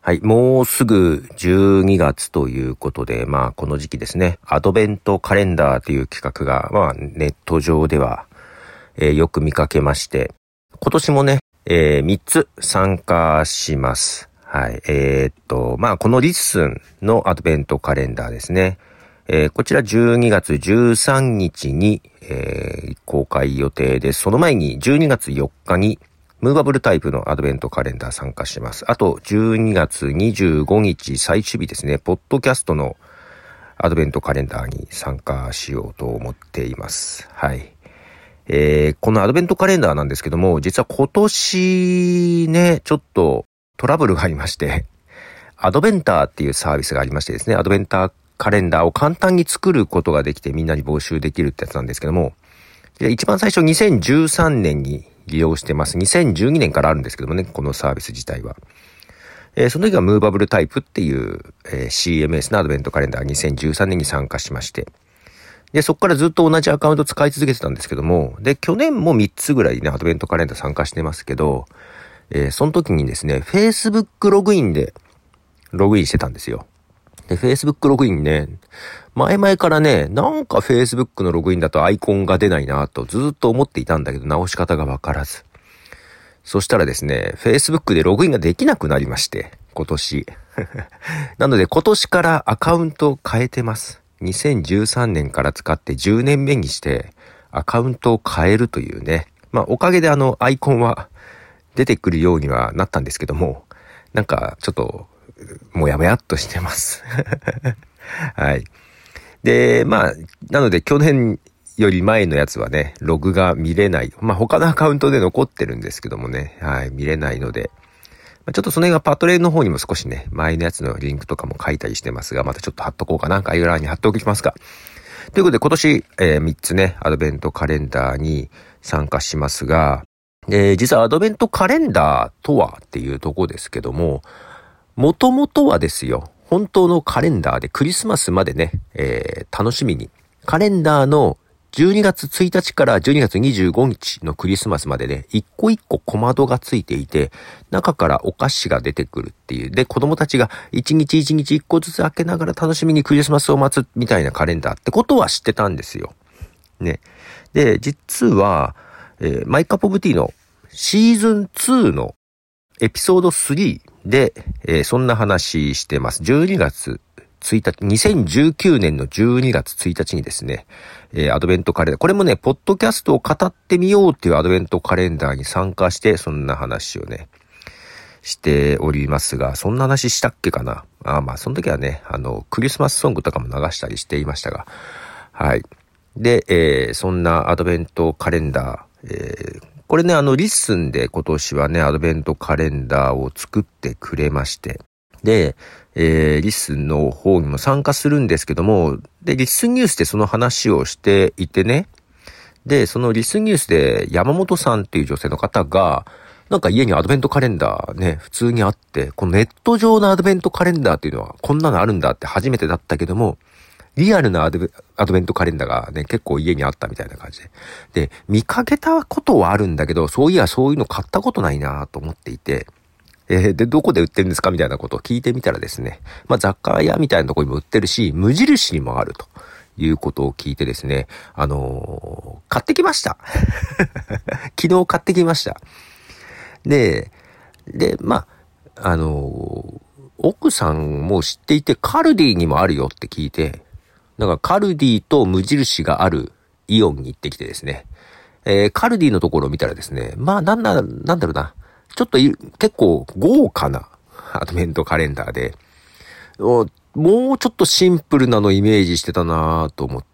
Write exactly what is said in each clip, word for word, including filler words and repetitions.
はい。もうすぐじゅうにがつということで、まあこの時期ですね、アドベントカレンダーという企画が、まあネット上では、えー、よく見かけまして、今年もね、えー、みっつ参加します。はい。えー、っと、まあこのリッスンのアドベントカレンダーですね。えー、こちらじゅうにがつじゅうさんにちに、えー、公開予定です。その前にじゅうにがつよっかに、ムーバブルタイプのアドベントカレンダー参加します。あと、じゅうにがつにじゅうごにち最終日ですね、ポッドキャストのアドベントカレンダーに参加しようと思っています。はい。えー、このアドベントカレンダーなんですけども、実は今年ね、ちょっとトラブルがありまして、アドベンターっていうサービスがありましてですね、アドベンターカレンダーを簡単に作ることができてみんなに募集できるってやつなんですけども、一番最初にせんじゅうさんねんに利用してます。にせんじゅうにねんからあるんですけどもね、このサービス自体は。えー、その時はムーバブルタイプっていう、えー、シーエムエス のアドベントカレンダーにせんじゅうさんねんに参加しまして。で、そこからずっと同じアカウント使い続けてたんですけども、で、去年もみっつぐらいね、アドベントカレンダー参加してますけど、えー、その時にですね、Facebook ログインでログインしてたんですよ。で、Facebook ログインね、前々からね、なんか Facebook のログインだとアイコンが出ないなとずっと思っていたんだけど、直し方がわからず。そしたらですね、Facebook でログインができなくなりまして、今年。なので今年からアカウントを変えてます。にせんじゅうさんねんから使ってじゅうねんめにしてアカウントを変えるというね。まあおかげであのアイコンは出てくるようにはなったんですけども、なんかちょっともやもやっとしてます。はい。で、まあ、なので去年より前のやつはね、ログが見れない。まあ他のアカウントで残ってるんですけどもね、はい、見れないので、まあ、ちょっとその辺はパトレーンの方にも少しね、前のやつのリンクとかも書いたりしてますが、またちょっと貼っとこうかな、概要欄に貼っておきますか。ということで今年、えー、みっつね、アドベントカレンダーに参加しますが、えー、実はアドベントカレンダーとはっていうとこですけども、もともとはですよ、本当のカレンダーでクリスマスまでね、えー、楽しみに、カレンダーのじゅうにがつついたちからじゅうにがつにじゅうごにちのクリスマスまでね、一個一個小窓がついていて、中からお菓子が出てくるっていう。で、子供たちが一日一日一個ずつ開けながら楽しみにクリスマスを待つみたいなカレンダーってことは知ってたんですよ。ね。で、実は、えー、マイカップオブティーのシーズンツーのエピソードスリーで、えー、そんな話してます。じゅうにがつついたち、にせんじゅうきゅうねんのじゅうにがつついたちにですね、えー、アドベントカレンダー、これもね、ポッドキャストを語ってみようっていうアドベントカレンダーに参加して、そんな話をね、しておりますが、そんな話したっけかな。あまあ、その時はね、あの、クリスマスソングとかも流したりしていましたが、はい。で、えー、そんなアドベントカレンダー、えーこれね、あの、リッスンで今年はね、アドベントカレンダーを作ってくれまして。で、えー、リッスンの方にも参加するんですけども、で、リッスンニュースでその話をしていてね。で、そのリッスンニュースで山本さんっていう女性の方が、なんか家にアドベントカレンダーね、普通にあって、このネット上のアドベントカレンダーっていうのはこんなのあるんだって初めてだったけども、リアルなアドベ、アドベントカレンダーがね、結構家にあったみたいな感じで。で、見かけたことはあるんだけど、そういやそういうの買ったことないなと思っていて、えー、で、どこで売ってるんですかみたいなことを聞いてみたらですね、まあ雑貨屋みたいなところにも売ってるし、無印にもあるということを聞いてですね、あのー、買ってきました。昨日買ってきました。で、で、まあ、あのー、奥さんも知っていて、カルディにもあるよって聞いて、だからカルディと無印があるイオンに行ってきてですね。えー、カルディのところを見たらですね、まあなんだ、なんだろうな。ちょっと結構豪華なアドベントカレンダーで、もうちょっとシンプルなのイメージしてたなと思って、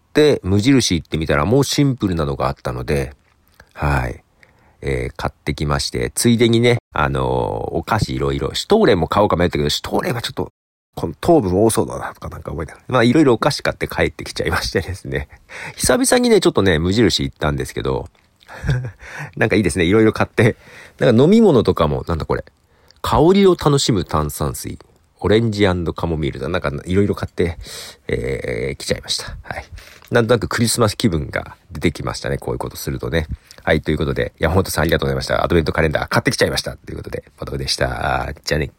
無印行ってみたらもうシンプルなのがあったので、はい。えー、買ってきまして、ついでにね、あのー、お菓子いろいろ、シュトーレンも買おうか迷ったけど、シュトーレンはちょっと、この糖分多そうだなとかなんか思いながら。まあいろいろお菓子買って帰ってきちゃいましてですね。久々にね、ちょっとね、無印行ったんですけど、なんかいいですね。いろいろ買って。なんか飲み物とかも、なんだこれ。香りを楽しむ炭酸水。オレンジ&カモミールだ。なんかいろいろ買って、えー、来ちゃいました。はい。なんとなくクリスマス気分が出てきましたね。こういうことするとね。はい。ということで、山本さんありがとうございました。アドベントカレンダー買ってきちゃいました。ということで、ポトフでした。じゃあね。